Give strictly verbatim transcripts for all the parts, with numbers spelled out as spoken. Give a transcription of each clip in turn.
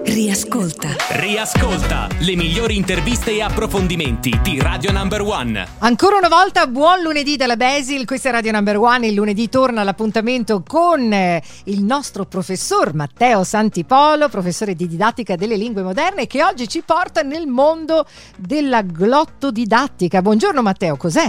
Riascolta. Riascolta le migliori interviste e approfondimenti di Radio Number One. Ancora una volta buon lunedì dalla Basil, questa è Radio Number One. Il lunedì torna l'appuntamento con eh, il nostro professor Matteo Santipolo, professore di didattica delle lingue moderne, che oggi ci porta nel mondo della glottodidattica. Buongiorno Matteo, cos'è?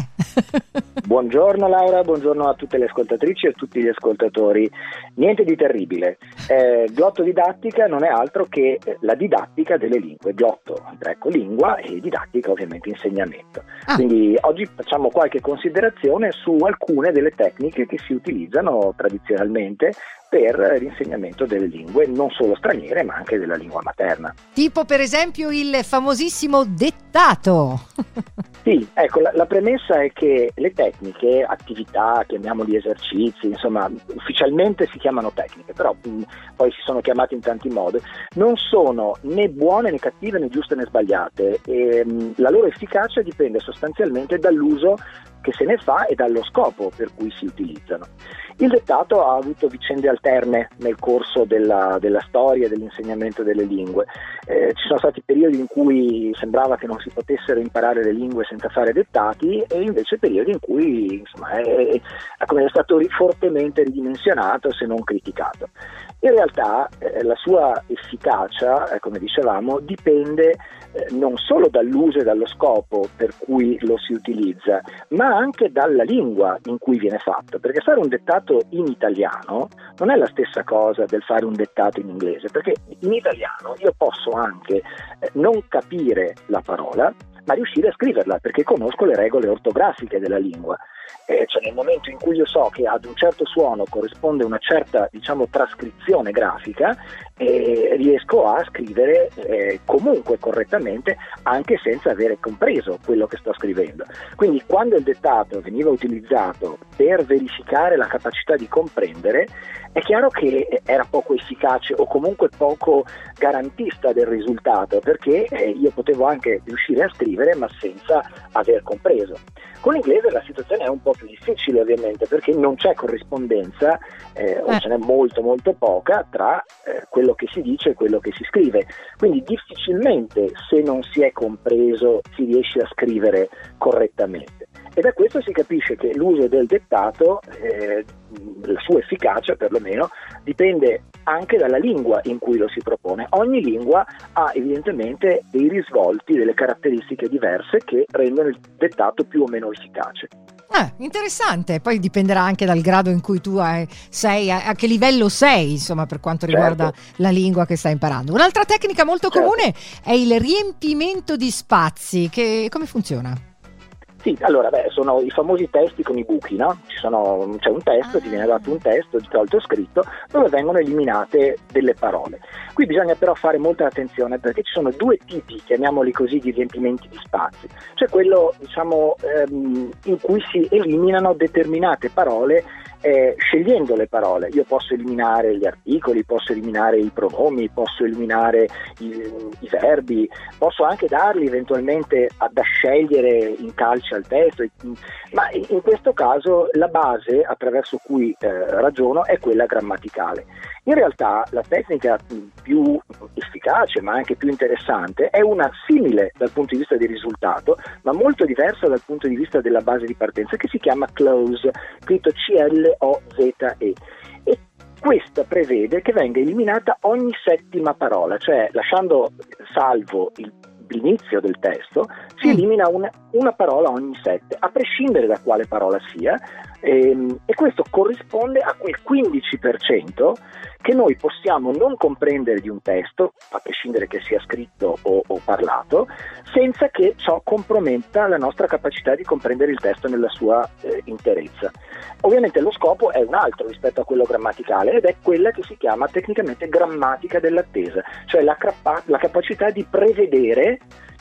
Buongiorno Laura, buongiorno a tutte le ascoltatrici e a tutti gli ascoltatori. Niente di terribile. Eh, glottodidattica non è altro che la didattica delle lingue. Glotto, ecco, lingua, e didattica ovviamente insegnamento. Ah. Quindi oggi facciamo qualche considerazione su alcune delle tecniche che si utilizzano tradizionalmente per l'insegnamento delle lingue, non solo straniere ma anche della lingua materna. Tipo per esempio il famosissimo dettato. Sì, ecco, la, la premessa è che le tecniche, attività, chiamiamoli esercizi, insomma, ufficialmente si chiamano tecniche, però mh, poi si sono chiamate in tanti modi, non sono né buone né cattive né giuste né sbagliate, e mh, la loro efficacia dipende sostanzialmente dall'uso che se ne fa e dallo scopo per cui si utilizzano. Il dettato ha avuto vicende alterne nel corso della, della storia e dell'insegnamento delle lingue. Eh, ci sono stati periodi in cui sembrava che non si potessero imparare le lingue senza fare dettati, e invece periodi in cui insomma, è, è, è stato fortemente ridimensionato, se non criticato. In realtà eh, la sua efficacia, eh, come dicevamo, dipende eh, non solo dall'uso e dallo scopo per cui lo si utilizza, ma anche dalla lingua in cui viene fatto, perché fare un dettato in italiano non è la stessa cosa del fare un dettato in inglese, perché in italiano io posso anche eh, non capire la parola, ma riuscire a scriverla, perché conosco le regole ortografiche della lingua. Eh, cioè nel momento in cui io so che ad un certo suono corrisponde una certa, diciamo, trascrizione grafica, eh, riesco a scrivere eh, comunque correttamente, anche senza avere compreso quello che sto scrivendo. Quindi quando il dettato veniva utilizzato per verificare la capacità di comprendere, è chiaro che era poco efficace o comunque poco garantista del risultato, perché eh, io potevo anche riuscire a scrivere ma senza aver compreso. Con l'inglese la situazione è un po' più difficile ovviamente, perché non c'è corrispondenza eh, o ce n'è molto molto poca tra eh, quello che si dice e quello che si scrive, quindi difficilmente, se non si è compreso, si riesce a scrivere correttamente. E da questo si capisce che l'uso del dettato, eh, la sua efficacia perlomeno, dipende anche dalla lingua in cui lo si propone. Ogni lingua ha evidentemente dei risvolti, delle caratteristiche diverse che rendono il dettato più o meno efficace. Ah, interessante. Poi dipenderà anche dal grado in cui tu hai, sei, a, a che livello sei, insomma, per quanto riguarda certo. la lingua che stai imparando. Un'altra tecnica molto certo. comune è il riempimento di spazi. Che come funziona? Sì, allora, beh, sono i famosi testi con i buchi, no? Ci sono, c'è un testo, ah. ti viene dato un testo, di solito scritto, dove vengono eliminate delle parole. Qui bisogna però fare molta attenzione, perché ci sono due tipi, chiamiamoli così, di riempimenti di spazi. C'è quello, diciamo, ehm, in cui si eliminano determinate parole Eh, scegliendo le parole. Io posso eliminare gli articoli, posso eliminare i pronomi, posso eliminare i, i verbi, posso anche darli eventualmente a, da scegliere in calce al testo, ma in, in questo caso la base attraverso cui eh, ragiono è quella grammaticale. In realtà la tecnica più efficace ma anche più interessante è una simile dal punto di vista del risultato, ma molto diversa dal punto di vista della base di partenza, che si chiama close, scritto C L O Z E. E questa prevede che venga eliminata ogni settima parola, cioè lasciando salvo il l'inizio del testo, si elimina una, una parola ogni sette, a prescindere da quale parola sia, ehm, e questo corrisponde a quel quindici per cento che noi possiamo non comprendere di un testo, a prescindere che sia scritto o, o parlato, senza che ciò comprometta la nostra capacità di comprendere il testo nella sua eh, interezza. Ovviamente lo scopo è un altro rispetto a quello grammaticale, ed è quella che si chiama tecnicamente grammatica dell'attesa, cioè la, capa- la capacità di prevedere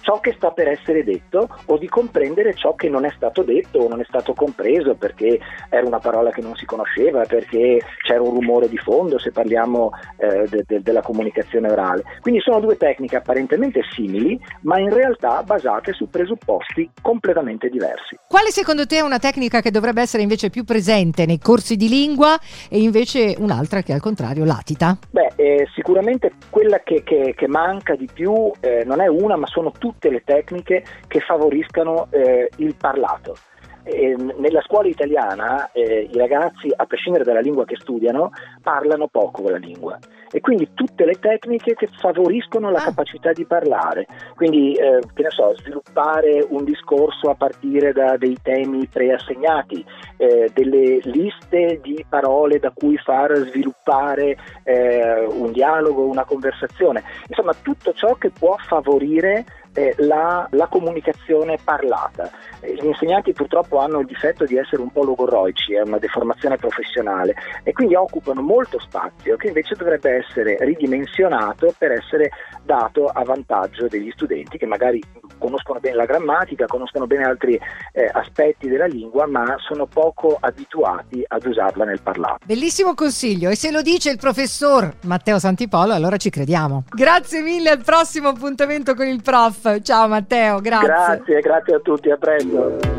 ciò che sta per essere detto o di comprendere ciò che non è stato detto o non è stato compreso perché era una parola che non si conosceva, perché c'era un rumore di fondo, se parliamo eh, de- de- della comunicazione orale. Quindi sono due tecniche apparentemente simili, ma in realtà basate su presupposti completamente diversi. Quale secondo te è una tecnica che dovrebbe essere invece più presente nei corsi di lingua e invece un'altra che al contrario latita? Beh, eh, sicuramente quella che, che, che manca di più eh, non è una, ma sono tutte le tecniche che favoriscano eh, il parlato. Eh, nella scuola italiana eh, i ragazzi, a prescindere dalla lingua che studiano, parlano poco con la lingua e quindi tutte le tecniche che favoriscono la ah. capacità di parlare, quindi eh, che ne so, sviluppare un discorso a partire da dei temi preassegnati, eh, delle liste di parole da cui far sviluppare eh, un dialogo, una conversazione, insomma tutto ciò che può favorire eh, la, la comunicazione parlata. Gli insegnanti purtroppo hanno il difetto di essere un po' logorroici, è una deformazione professionale e quindi occupano molto spazio che invece dovrebbe essere ridimensionato per essere dato a vantaggio degli studenti che magari conoscono bene la grammatica, conoscono bene altri eh, aspetti della lingua, ma sono poco abituati ad usarla nel parlato. Bellissimo consiglio, e se lo dice il professor Matteo Santipolo allora ci crediamo. Grazie mille, al prossimo appuntamento con il prof. Ciao Matteo, grazie. Grazie, grazie a tutti, a presto.